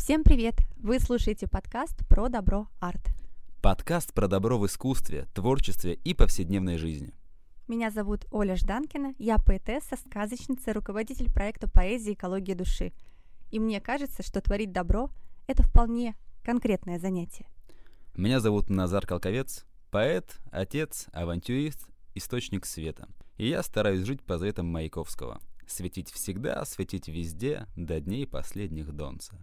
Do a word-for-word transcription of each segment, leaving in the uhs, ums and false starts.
Всем привет! Вы слушаете подкаст про добро арт. Подкаст про добро в искусстве, творчестве и повседневной жизни. Меня зовут Оля Жданкина, я поэтесса, сказочница, руководитель проекта «Поэзия. Экология души». И мне кажется, что творить добро – это вполне конкретное занятие. Меня зовут Назар Колковец, поэт, отец, авантюрист, источник света. И я стараюсь жить по заветам Маяковского. Светить всегда, светить везде, до дней последних Донца.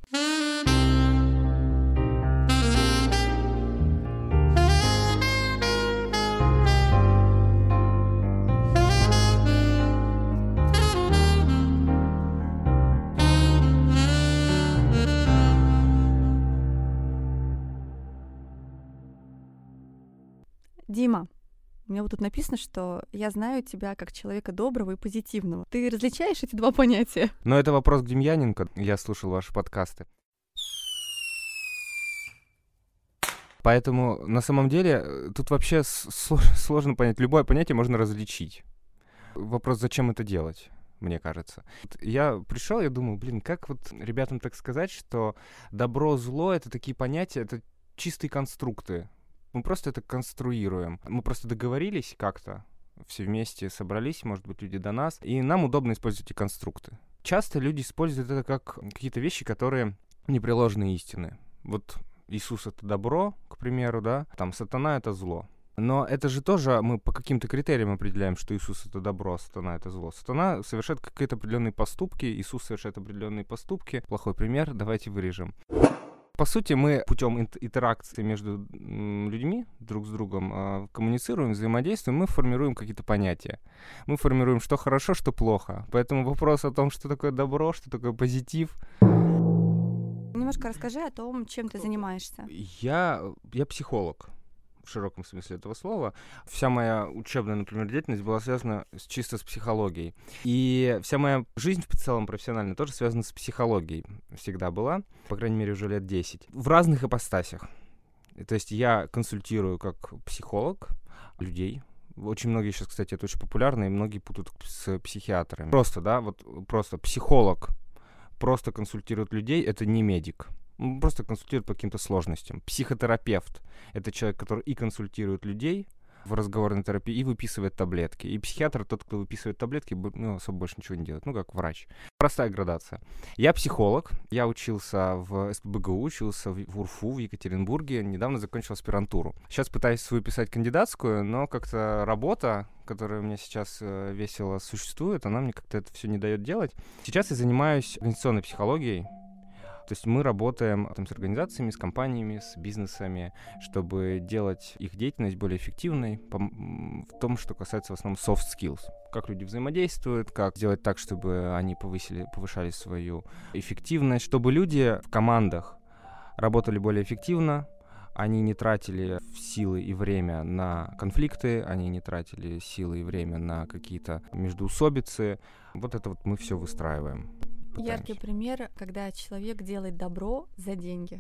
Дима, у меня вот тут написано, что я знаю тебя как человека доброго и позитивного. Ты различаешь эти два понятия? Но это вопрос к Демьяненко. Я слушал ваши подкасты. Поэтому, на самом деле, тут вообще сложно понять. Любое понятие можно различить. Вопрос, зачем это делать, мне кажется. Я пришел, я думал, блин, как вот ребятам так сказать, что добро, зло — это такие понятия, это чистые конструкты. Мы просто это конструируем. Мы просто договорились как-то, все вместе собрались, может быть, люди до нас, и нам удобно использовать эти конструкты. Часто люди используют это как какие-то вещи, которые непреложные истины. Вот Иисус — это добро, к примеру, да, там сатана — это зло. Но это же тоже мы по каким-то критериям определяем, что Иисус — это добро, а сатана — это зло. Сатана совершает какие-то определенные поступки, Иисус совершает определенные поступки. Плохой пример, давайте вырежем. По сути, мы путем интеракции между людьми друг с другом э, коммуницируем, взаимодействуем, мы формируем какие-то понятия. Мы формируем, что хорошо, что плохо. Поэтому вопрос о том, что такое добро, что такое позитив. Немножко расскажи о том, чем ты занимаешься. Я, я психолог. В широком смысле этого слова. Вся моя учебная, например, деятельность была связана с, чисто с психологией. И вся моя жизнь в целом профессиональная тоже связана с психологией. Всегда была, по крайней мере, уже лет десять. В разных ипостасях. То есть я консультирую как психолог людей. Очень многие сейчас, кстати, это очень популярно, и многие путают с психиатрами. Просто, да, вот просто психолог просто консультирует людей, это не медик. Он просто консультирует по каким-то сложностям. Психотерапевт — это человек, который и консультирует людей в разговорной терапии, и выписывает таблетки. И психиатр — тот, кто выписывает таблетки, ну, особо больше ничего не делает. Ну, как врач. Простая градация. Я психолог. Я учился в эс пэ бэ гэ у, учился в УрФУ в Екатеринбурге. Недавно закончил аспирантуру. Сейчас пытаюсь свою писать кандидатскую, но как-то работа, которая у меня сейчас э, весело существует, она мне как-то это все не дает делать. Сейчас я занимаюсь организационной психологией. То есть мы работаем там с организациями, с компаниями, с бизнесами, чтобы делать их деятельность более эффективной в том, что касается в основном soft skills. Как люди взаимодействуют, как сделать так, чтобы они повысили, повышали свою эффективность, чтобы люди в командах работали более эффективно, они не тратили силы и время на конфликты, они не тратили силы и время на какие-то междоусобицы. Вот это вот мы все выстраиваем. Пытаемся. Яркий пример, когда человек делает добро за деньги.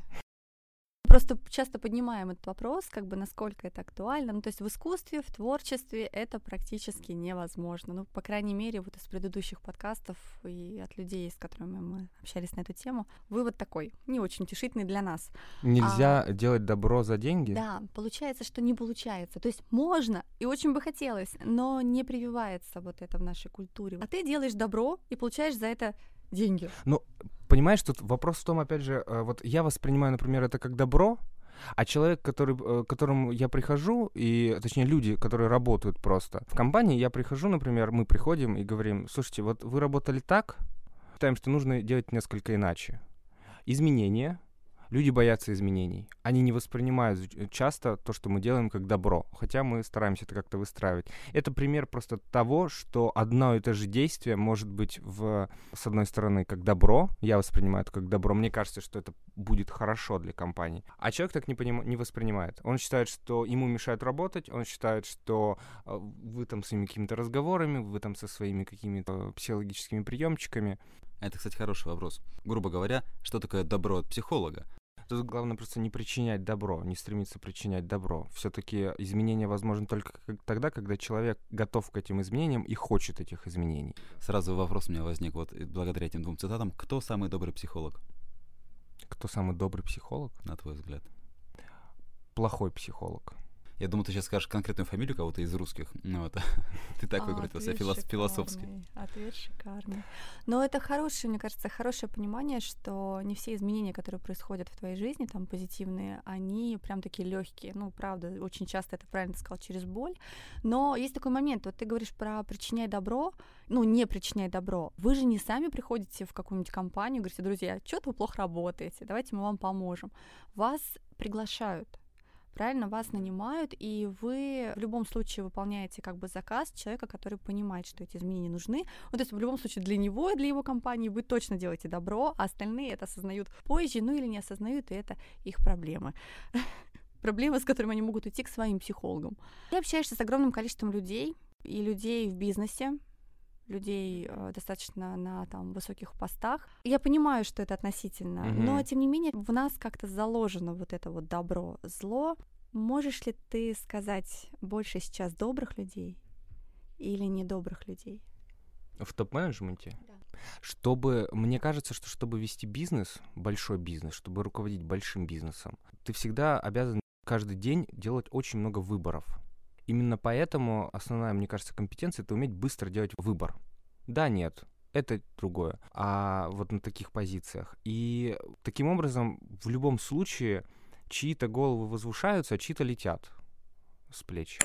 Просто часто поднимаем этот вопрос, как бы насколько это актуально. Ну, то есть в искусстве, в творчестве это практически невозможно. Ну, по крайней мере, вот из предыдущих подкастов и от людей, с которыми мы общались на эту тему, вывод такой, не очень утешительный для нас. Нельзя а, делать добро за деньги? Да, получается, что не получается. То есть можно, и очень бы хотелось, но не прививается вот это в нашей культуре. А ты делаешь добро и получаешь за это деньги. Ну, понимаешь, тут вопрос в том, опять же, вот я воспринимаю, например, это как добро, а человек, который, к которому я прихожу, и, точнее, люди, которые работают просто в компании, я прихожу, например, мы приходим и говорим: слушайте, вот вы работали так, считаем, что нужно делать несколько иначе. Изменения. Люди боятся изменений. Они не воспринимают часто то, что мы делаем, как добро, хотя мы стараемся это как-то выстраивать. Это пример просто того, что одно и то же действие может быть, в, с одной стороны, как добро, я воспринимаю это как добро, мне кажется, что это будет хорошо для компании, а человек так не, поним, не воспринимает. Он считает, что ему мешают работать, он считает, что э, вы там своими какими-то разговорами, вы там со своими какими-то психологическими приемчиками. Это, кстати, хороший вопрос. Грубо говоря, что такое добро от психолога? Тут главное просто не причинять добро, не стремиться причинять добро. Все-таки изменения возможны только тогда, когда человек готов к этим изменениям и хочет этих изменений. Сразу вопрос у меня возник, вот благодаря этим двум цитатам. Кто самый добрый психолог? Кто самый добрый психолог? На твой взгляд. Плохой психолог. Я думаю, ты сейчас скажешь конкретную фамилию кого-то из русских. Ну, вот. Ты так выкрутился, филос- философски. Ответ шикарный. Но это хорошее, мне кажется, хорошее понимание, что не все изменения, которые происходят в твоей жизни, там, позитивные, они прям такие легкие. Ну, правда, очень часто это, правильно ты сказал, через боль. Но есть такой момент, вот ты говоришь про причиняй добро, ну, не причиняй добро. Вы же не сами приходите в какую-нибудь компанию и говорите: друзья, что-то вы плохо работаете, давайте мы вам поможем. Вас приглашают. Правильно, вас нанимают, и вы в любом случае выполняете как бы заказ человека, который понимает, что эти изменения нужны. Ну, то есть в любом случае для него и для его компании вы точно делаете добро, а остальные это осознают позже, ну или не осознают, и это их проблемы. Проблемы, с которыми они могут идти к своим психологам. Ты общаешься с огромным количеством людей, и людей в бизнесе, людей э, достаточно на там высоких постах. Я понимаю, что это относительно, mm-hmm. но тем не менее в нас как-то заложено вот это вот добро, зло. Можешь ли ты сказать, больше сейчас добрых людей или недобрых людей? В топ-менеджменте? Да. Чтобы, мне кажется, что чтобы вести бизнес, большой бизнес, чтобы руководить большим бизнесом, ты всегда обязан каждый день делать очень много выборов. Именно поэтому основная, мне кажется, компетенция — это уметь быстро делать выбор. Да, нет, это другое. А вот на таких позициях. И таким образом, в любом случае, чьи-то головы возвышаются, а чьи-то летят с плеч.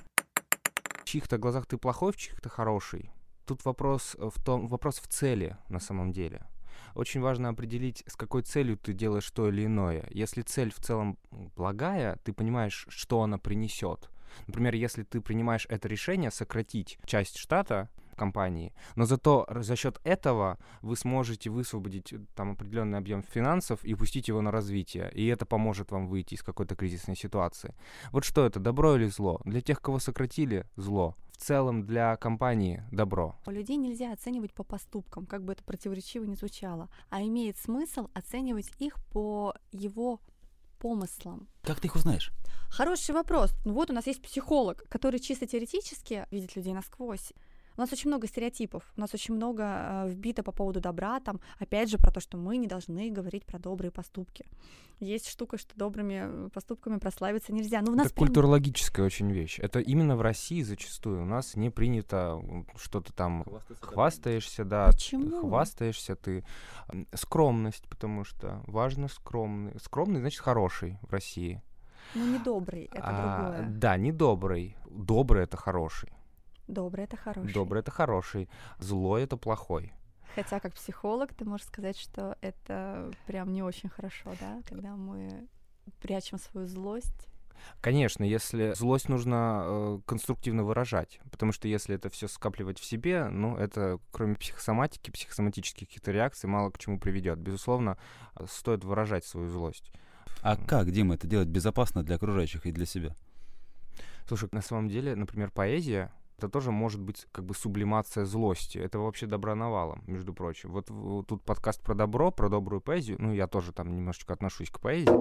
В чьих-то глазах ты плохой, в чьих-то хороший. Тут вопрос в том, вопрос в цели на самом деле. Очень важно определить, с какой целью ты делаешь то или иное. Если цель в целом благая, ты понимаешь, что она принесет. Например, если ты принимаешь это решение сократить часть штата компании, но зато за счет этого вы сможете высвободить там определенный объем финансов и пустить его на развитие, и это поможет вам выйти из какой-то кризисной ситуации. Вот что это, добро или зло? Для тех, кого сократили, зло. В целом для компании добро. Людей нельзя оценивать по поступкам, как бы это противоречиво ни звучало, а имеет смысл оценивать их по его помыслам. Как ты их узнаешь? Хороший вопрос. Ну вот у нас есть психолог, который чисто теоретически видит людей насквозь. У нас очень много стереотипов, у нас очень много э, вбито по поводу добра, там, опять же, про то, что мы не должны говорить про добрые поступки. Есть штука, что добрыми поступками прославиться нельзя. Но у нас это прям... культурологическая очень вещь. Это именно в России зачастую. У нас не принято что-то там Хвастаться, хвастаешься, да. Почему? Хвастаешься ты. Скромность, потому что важно скромный. Скромный значит хороший в России. Ну, не добрый, это а, другое. Да, не добрый. Добрый — это хороший. Добрый — это хороший. Добрый — это хороший. Злой — это плохой. Хотя, как психолог, ты можешь сказать, что это прям не очень хорошо, да, когда мы прячем свою злость. Конечно, если злость нужно э, конструктивно выражать, потому что если это все скапливать в себе, ну, это кроме психосоматики, психосоматических каких-то реакций мало к чему приведет. Безусловно, стоит выражать свою злость. А как, Дима, это делать безопасно для окружающих и для себя? Слушай, на самом деле, например, поэзия — это тоже может быть как бы сублимация злости. Это вообще добра навалом, между прочим. Вот, вот тут подкаст про добро, про добрую поэзию. Ну, я тоже там немножечко отношусь к поэзии.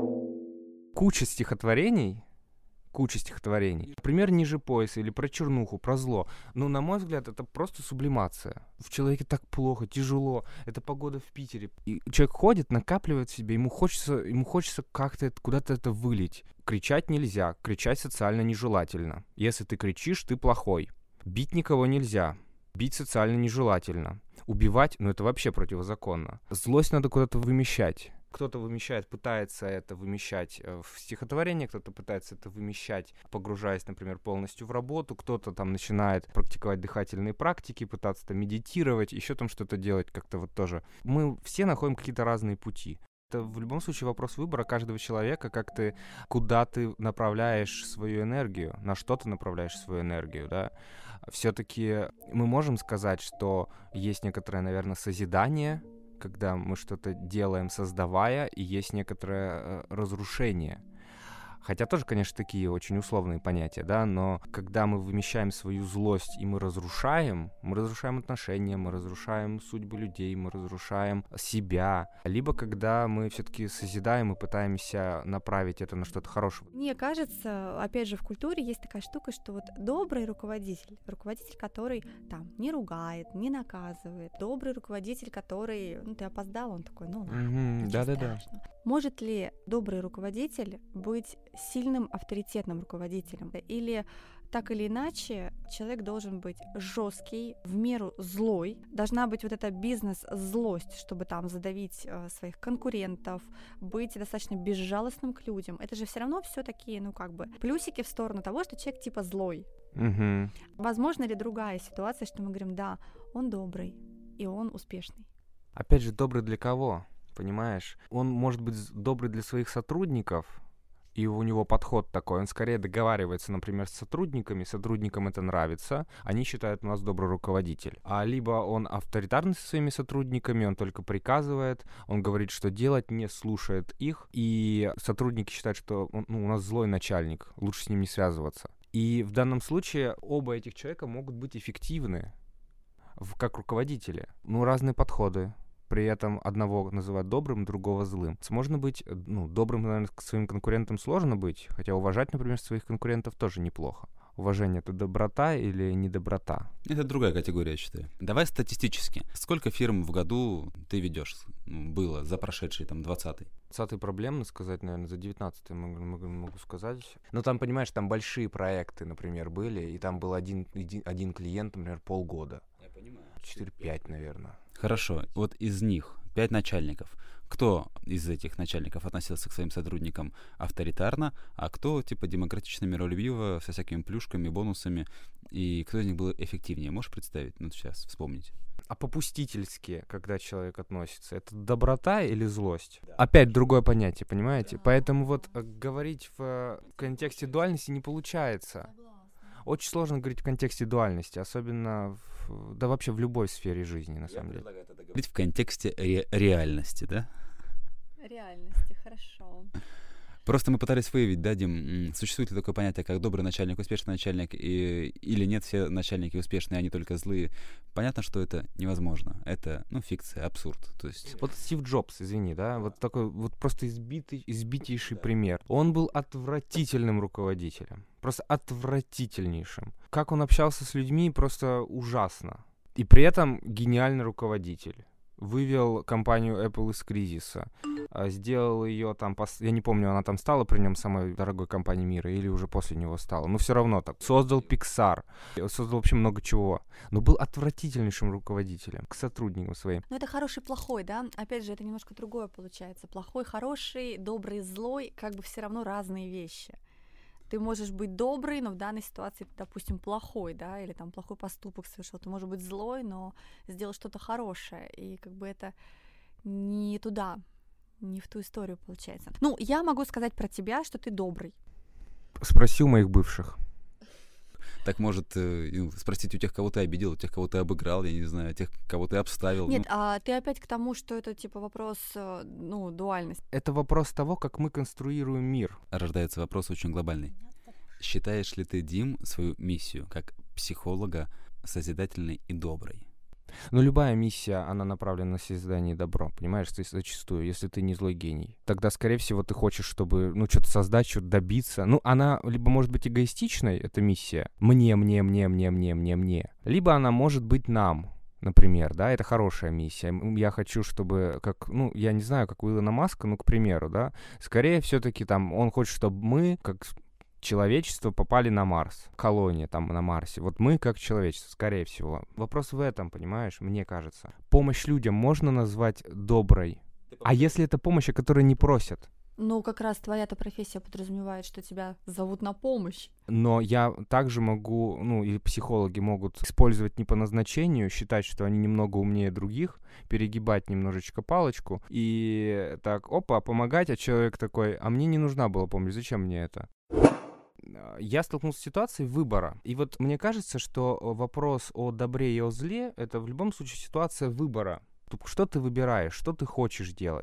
Куча стихотворений, куча стихотворений. Например, «Ниже пояса» или про чернуху, про зло. Ну, на мой взгляд, это просто сублимация. В человеке так плохо, тяжело. Это погода в Питере. И человек ходит, накапливает в себе, ему хочется, ему хочется как-то это, куда-то это вылить. Кричать нельзя, кричать социально нежелательно. Если ты кричишь, ты плохой. Бить никого нельзя. Бить социально нежелательно. Убивать, ну это вообще противозаконно. Злость надо куда-то вымещать. Кто-то вымещает, пытается это вымещать в стихотворение, кто-то пытается это вымещать, погружаясь, например, полностью в работу, кто-то там начинает практиковать дыхательные практики, пытаться там медитировать, еще там что-то делать как-то вот тоже. Мы все находим какие-то разные пути. Это в любом случае вопрос выбора каждого человека, как ты, куда ты направляешь свою энергию, на что ты направляешь свою энергию, да. Все-таки мы можем сказать, что есть некоторое, наверное, созидание, когда мы что-то делаем, создавая, и есть некоторое э, разрушение. Хотя тоже, конечно, такие очень условные понятия, да, но когда мы вымещаем свою злость и мы разрушаем, мы разрушаем отношения, мы разрушаем судьбы людей, мы разрушаем себя, либо когда мы все-таки созидаем и пытаемся направить это на что-то хорошее. Мне кажется, опять же, в культуре есть такая штука, что вот добрый руководитель, руководитель, который там не ругает, не наказывает, добрый руководитель, который, ну, ты опоздал, он такой, ну ладно, Мгм, ничего да-да-да. страшного. Может ли добрый руководитель быть сильным авторитетным руководителем? Или так или иначе, человек должен быть жесткий, в меру злой. Должна быть вот эта бизнес-злость, чтобы там задавить э, своих конкурентов, быть достаточно безжалостным к людям. Это же все равно все такие, ну как бы, плюсики в сторону того, что человек типа злой. Мгм. Возможно ли другая ситуация, что мы говорим, да, он добрый, и он успешный? Опять же, добрый для кого? Понимаешь? Он может быть з- добрый для своих сотрудников, и у него подход такой. Он скорее договаривается, например, с сотрудниками, сотрудникам это нравится, они считают, у нас добрый руководитель. А либо он авторитарный со своими сотрудниками, он только приказывает, он говорит, что делать, не слушает их, и сотрудники считают, что он- ну, у нас злой начальник, лучше с ним не связываться. И в данном случае оба этих человека могут быть эффективны в- как руководители. Ну, разные подходы. При этом одного называют добрым, другого злым. Можно быть, э, ну, добрым, наверное, к своим конкурентам сложно быть, хотя уважать, например, своих конкурентов тоже неплохо. Уважение — это доброта или недоброта? Это другая категория, я считаю. Давай статистически. Сколько фирм в году ты ведешь? Ну, было за прошедший там двадцатый? двадцатый проблемно сказать, наверное, за девятнадцатый могу, могу, могу сказать. Но там, понимаешь, там большие проекты, например, были, и там был один, един- один клиент, например, полгода. Я понимаю. четыре-пять, наверное. Хорошо, вот из них пять начальников. Кто из этих начальников относился к своим сотрудникам авторитарно, а кто типа демократично, миролюбиво, со всякими плюшками, бонусами, и кто из них был эффективнее? Можешь представить? Ну, сейчас вспомнить. А попустительски, когда человек относится, это доброта или злость? Опять другое понятие, понимаете? Поэтому вот э, говорить в э, контексте дуальности не получается. Очень сложно говорить в контексте дуальности, особенно в- да вообще в любой сфере жизни, на самом деле. Говорить в контексте ре- реальности, да? Реальности, хорошо. Просто мы пытались выявить, да, Дим, м, существует ли такое понятие, как добрый начальник, успешный начальник, и, или нет, все начальники успешные, они только злые. Понятно, что это невозможно. Это, ну, фикция, абсурд. То есть... Вот Стив Джобс, извини, да, вот такой вот просто избитый, избитейший пример. Он был отвратительным руководителем, просто отвратительнейшим. Как он общался с людьми, просто ужасно. И при этом гениальный руководитель. Вывел компанию Apple из кризиса, а, сделал ее там, пос- я не помню, она там стала при нем самой дорогой компанией мира или уже после него стала, но все равно так. Создал Pixar, создал вообще много чего, но был отвратительнейшим руководителем к сотрудникам своим. Ну, это хороший, плохой, да? Опять же, это немножко другое получается. Плохой, хороший, добрый, злой, как бы все равно разные вещи. Ты можешь быть добрый, но в данной ситуации ты, допустим, плохой, да, или там плохой поступок совершил. Ты можешь быть злой, но сделал что-то хорошее, и как бы это не туда, не в ту историю получается. Ну, я могу сказать про тебя, что ты добрый. Спроси у моих бывших. Так может э, ну, спросить у тех, кого ты обидел, у тех, кого ты обыграл, я не знаю, тех, кого ты обставил. Нет, Ну, а ты опять к тому, что это типа вопрос, э, ну, дуальности. Это вопрос того, как мы конструируем мир. рождается вопрос очень глобальный. Считаешь ли ты, Дим, свою миссию как психолога созидательной и доброй? Но любая миссия, она направлена на созидание добра, понимаешь, то есть зачастую, если ты не злой гений. Тогда, скорее всего, ты хочешь, чтобы, ну, что-то создать, что-то добиться. Ну, она либо может быть эгоистичной, эта миссия, мне, мне, мне, мне, мне, мне, мне, либо она может быть нам, например, да, это хорошая миссия. М, Я хочу, чтобы, как, ну, я не знаю, как у Илона Маска, ну, к примеру, да, скорее все-таки там он хочет, чтобы мы, как с- человечество, попали на Марс, колония там на Марсе. Вот мы как человечество, скорее всего. Вопрос в этом, понимаешь, мне кажется. Помощь людям можно назвать доброй? А если это помощь, о которой не просят? Ну, как раз твоя-то профессия подразумевает, что тебя зовут на помощь. Но я также могу, ну, или психологи могут использовать не по назначению, считать, что они немного умнее других, перегибать немножечко палочку и так, опа, помогать, а человек такой, а мне не нужна была помощь, зачем мне это? Я столкнулся с ситуацией выбора. И вот мне кажется, что вопрос о добре и о зле — это в любом случае ситуация выбора. Тут что ты выбираешь, что ты хочешь делать?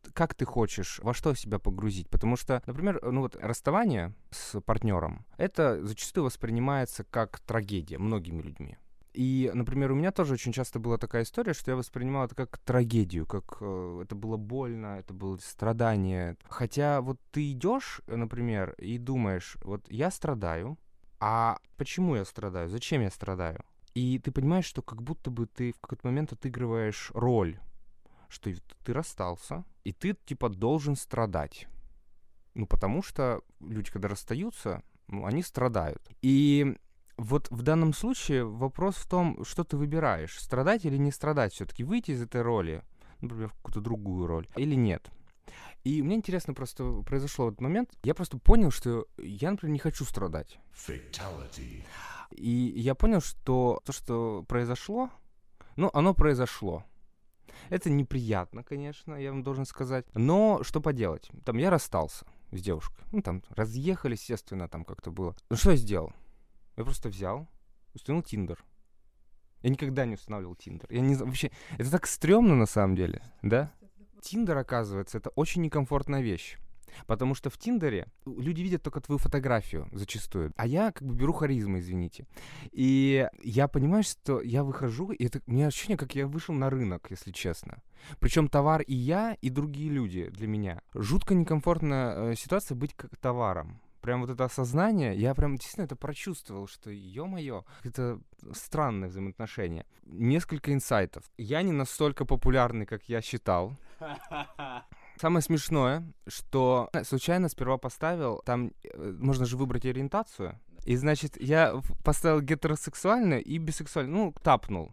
как ты хочешь, во что себя погрузить. Потому что, например, ну вот расставание с партнером, это зачастую воспринимается как трагедия многими людьми. И, например, у меня тоже очень часто была такая история, что я воспринимал это как трагедию, как э, это было больно, это было страдание. Хотя вот ты идешь, например, и думаешь, вот я страдаю, а почему я страдаю, зачем я страдаю? И ты понимаешь, что как будто бы ты в какой-то момент отыгрываешь роль, что ты расстался, и ты типа должен страдать. Ну, потому что люди, когда расстаются, ну, они страдают. И вот в данном случае вопрос в том, что ты выбираешь, страдать или не страдать, все-таки выйти из этой роли, например, в какую-то другую роль, или нет. И мне интересно просто произошло в этот момент, я просто понял, что я, например, не хочу страдать. Fatality. И я понял, что то, что произошло, ну, оно произошло. Это неприятно, конечно, я вам должен сказать, но что поделать, там я расстался с девушкой, ну, там разъехались, естественно, там как-то было. Ну, что я сделал? Я просто взял, установил Тиндер. Я никогда не устанавливал Тиндер. Я не вообще. Это так стрёмно на самом деле, да? Тиндер, оказывается, это очень некомфортная вещь. Потому что в Тиндере люди видят только твою фотографию зачастую. А я как бы беру харизму, извините. И я понимаю, что я выхожу, и это, у меня ощущение, как я вышел на рынок, если честно. Причем товар и я, и другие люди для меня. Жутко некомфортная э, ситуация быть как товаром. Прям вот это осознание, я прям действительно это прочувствовал, что, ё-моё, это странное взаимоотношение. Несколько инсайтов. Я не настолько популярный, как я считал. Самое смешное, что случайно сперва поставил, там можно же выбрать ориентацию, и, значит, я поставил гетеросексуальную и бисексуальную, ну, тапнул.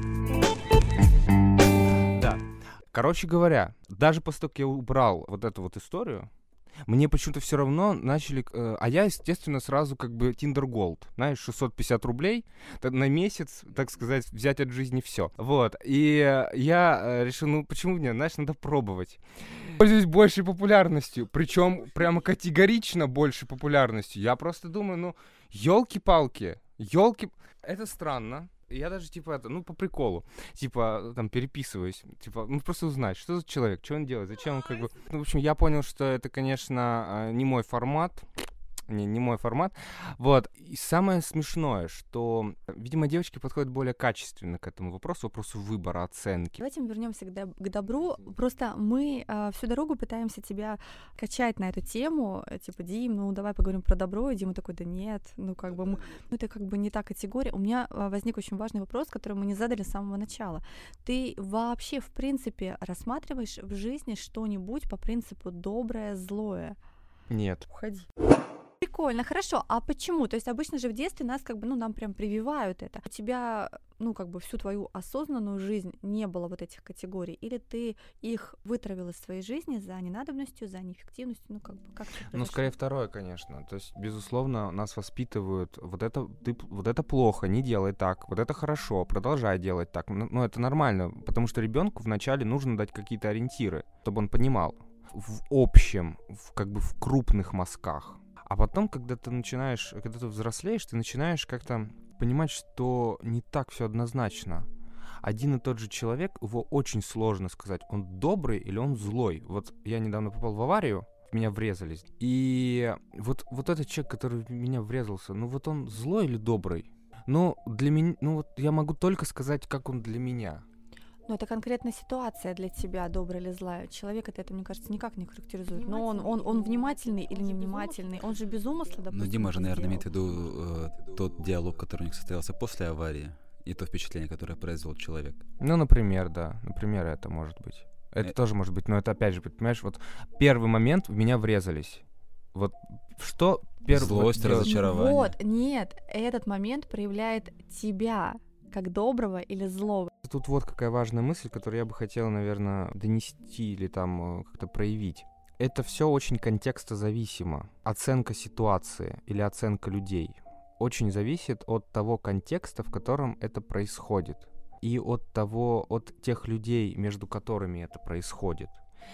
Да. Короче говоря, даже после того, как я убрал вот эту вот историю, мне почему-то все равно начали... Э, а я, естественно, сразу как бы Tinder Gold. Знаешь, шестьсот пятьдесят рублей на месяц, так сказать, взять от жизни все. Вот. И э, я э, решил, ну почему мне, знаешь, надо пробовать. Пользуюсь большей популярностью. Причем прямо категорично большей популярностью. Я просто думаю, ну, елки-палки, елки... Это странно. Я даже, типа, это, ну, по приколу, типа, там, переписываюсь, типа, ну, просто узнать, что за человек, что он делает, зачем он, как бы... Ну, в общем, я понял, что это, конечно, не мой формат, не, не мой формат, вот. И самое смешное, что, видимо, девочки подходят более качественно к этому вопросу, вопросу выбора, оценки. Давайте мы вернемся к, доб- к добру. Просто мы э, всю дорогу пытаемся тебя качать на эту тему, э, типа, Дим, ну давай поговорим про добро, и Дима такой, да нет, ну как бы, мы, ну это как бы не та категория. У меня э, возник очень важный вопрос, который мы не задали с самого начала. Ты вообще, в принципе, рассматриваешь в жизни что-нибудь по принципу доброе, злое? Нет. Уходи. Прикольно, хорошо. А почему? То есть обычно же в детстве нас как бы, ну, нам прям прививают это. У тебя, ну, как бы всю твою осознанную жизнь не было вот этих категорий? Или ты их вытравил из своей жизни за ненадобностью, за неэффективностью? Ну, как бы, как это произошло? Ну, скорее второе, конечно. То есть, безусловно, нас воспитывают, вот это, ты, вот это плохо, не делай так, вот это хорошо, продолжай делать так. Ну, ну, это нормально, потому что ребенку вначале нужно дать какие-то ориентиры, чтобы он понимал в общем, в, как бы в крупных мазках. А потом, когда ты начинаешь, когда ты взрослеешь, ты начинаешь как-то понимать, что не так все однозначно. Один и тот же человек, его очень сложно сказать, он добрый или он злой. Вот я недавно попал в аварию, в меня врезались. И вот, вот этот человек, который в меня врезался, ну вот он злой или добрый? Ну, для меня, ну вот я могу только сказать, как он для меня. Ну, это конкретная ситуация для тебя, добрая или злая. Человек это, мне кажется, никак не характеризует. Но он, он, он внимательный или невнимательный, он же без умысла, допустим. Ну, Дима же, наверное, имеет в виду э, тот диалог, который у них состоялся после аварии, и то впечатление, которое произвел человек. Ну, например, да. Например, это может быть. Это э... тоже может быть, но это опять же, понимаешь, вот первый момент в меня врезались. Вот что первый... Злость, вот, разочарование. Вот, нет, этот момент проявляет тебя как доброго или злого. Тут вот какая важная мысль, которую я бы хотел, наверное, донести или там как-то проявить. Это все очень контекстозависимо. Оценка ситуации или оценка людей очень зависит от того контекста, в котором это происходит, и от того, от тех людей, между которыми это происходит.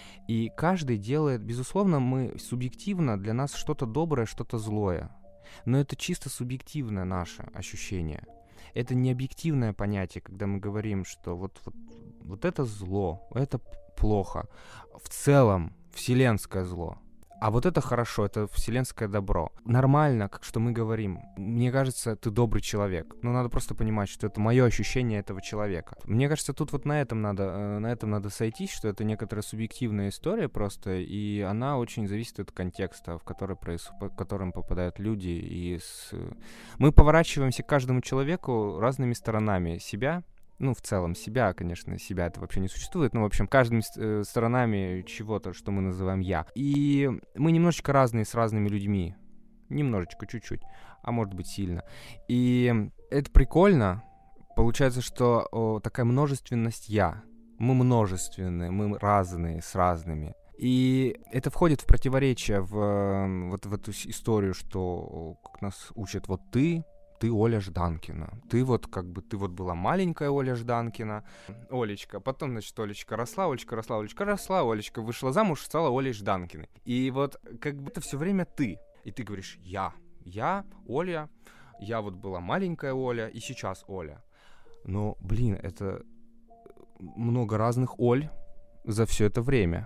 И каждый делает, безусловно, мы субъективно, для нас что-то доброе, что-то злое. Но это чисто субъективное наше ощущение. Это не объективное понятие, когда мы говорим, что вот, вот, вот это зло, это плохо. В целом вселенское зло. А вот это хорошо, это вселенское добро. Нормально, как что мы говорим. Мне кажется, ты добрый человек. Но надо просто понимать, что это мое ощущение этого человека. Мне кажется, тут вот на этом надо, на этом надо сойтись, что это некоторая субъективная история просто, и она очень зависит от контекста, в который проис... в котором попадают люди. И с... мы поворачиваемся к каждому человеку разными сторонами себя. Ну, в целом, себя, конечно, себя это вообще не существует, но, в общем, каждыми э, сторонами чего-то, что мы называем «я». И мы немножечко разные с разными людьми. Немножечко, чуть-чуть, а может быть сильно. И это прикольно. Получается, что о, такая множественность «я». Мы множественные, мы разные с разными. И это входит в противоречие в вот в эту историю, что как нас учат вот ты, ты Оля Жданкина. Ты вот как бы, ты вот была маленькая Оля Жданкина, Олечка, потом, значит, Олечка росла, Олечка росла, Олечка росла, Олечка вышла замуж, стала Олей Жданкиной. И вот как бы это все время ты. И ты говоришь «я», я, Оля, я вот была маленькая Оля, и сейчас Оля. Но, блин, это много разных Оль за все это время.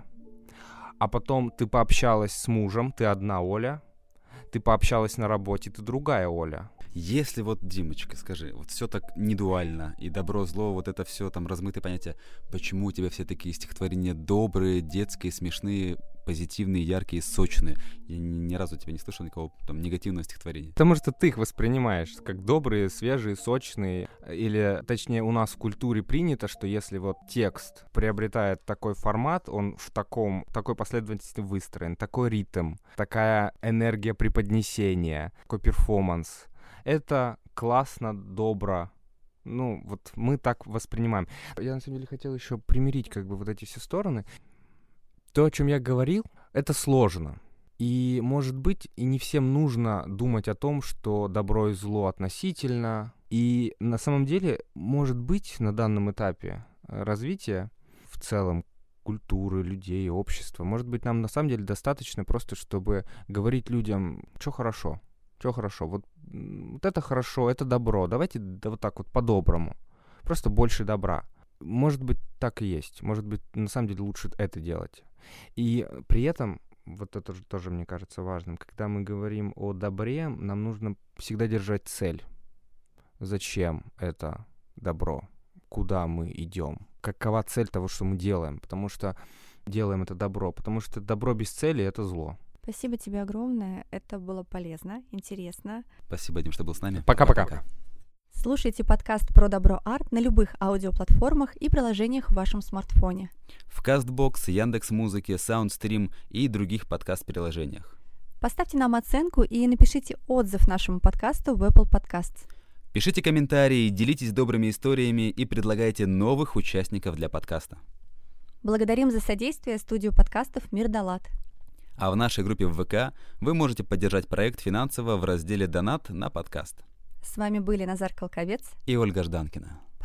А потом ты пообщалась с мужем, ты одна Оля, ты пообщалась на работе, ты другая Оля. Если вот, Димочка, скажи, вот все так недуально, и добро, зло, вот это все там размытые понятия, почему у тебя все такие стихотворения добрые, детские, смешные, позитивные, яркие, сочные? Я ни, ни разу тебя не слышал никакого там негативного стихотворения. Потому что ты их воспринимаешь как добрые, свежие, сочные, или, точнее, у нас в культуре принято, что если вот текст приобретает такой формат, он в таком, такой последовательности выстроен, такой ритм, такая энергия преподнесения, такой перформанс, это классно, добро. Ну, вот мы так воспринимаем. Я, на самом деле, хотел еще примирить как бы вот эти все стороны. То, о чем я говорил, это сложно. И, может быть, и не всем нужно думать о том, что добро и зло относительно. И на самом деле, может быть, на данном этапе развития в целом культуры, людей, общества, может быть, нам на самом деле достаточно просто, чтобы говорить людям, что хорошо. Что хорошо, вот, вот это хорошо, это добро, давайте да, вот так вот по-доброму, просто больше добра. Может быть, так и есть, может быть, на самом деле лучше это делать. И при этом, вот это же тоже мне кажется важным, когда мы говорим о добре, нам нужно всегда держать цель. Зачем это добро? Куда мы идем? Какова цель того, что мы делаем? Потому что делаем это добро, потому что добро без цели — это зло. Спасибо тебе огромное. Это было полезно, интересно. Спасибо, Дим, что был с нами. Пока-пока. Слушайте подкаст про добро арт на любых аудиоплатформах и приложениях в вашем смартфоне. В Castbox, Яндекс.Музыке, Soundstream и других подкаст-приложениях. Поставьте нам оценку и напишите отзыв нашему подкасту в Apple Podcasts. Пишите комментарии, делитесь добрыми историями и предлагайте новых участников для подкаста. Благодарим за содействие студию подкастов «Мир Далат». А в нашей группе в ВК вы можете поддержать проект финансово в разделе «Донат» на подкаст. С вами были Назар Колковец и Ольга Жданкина.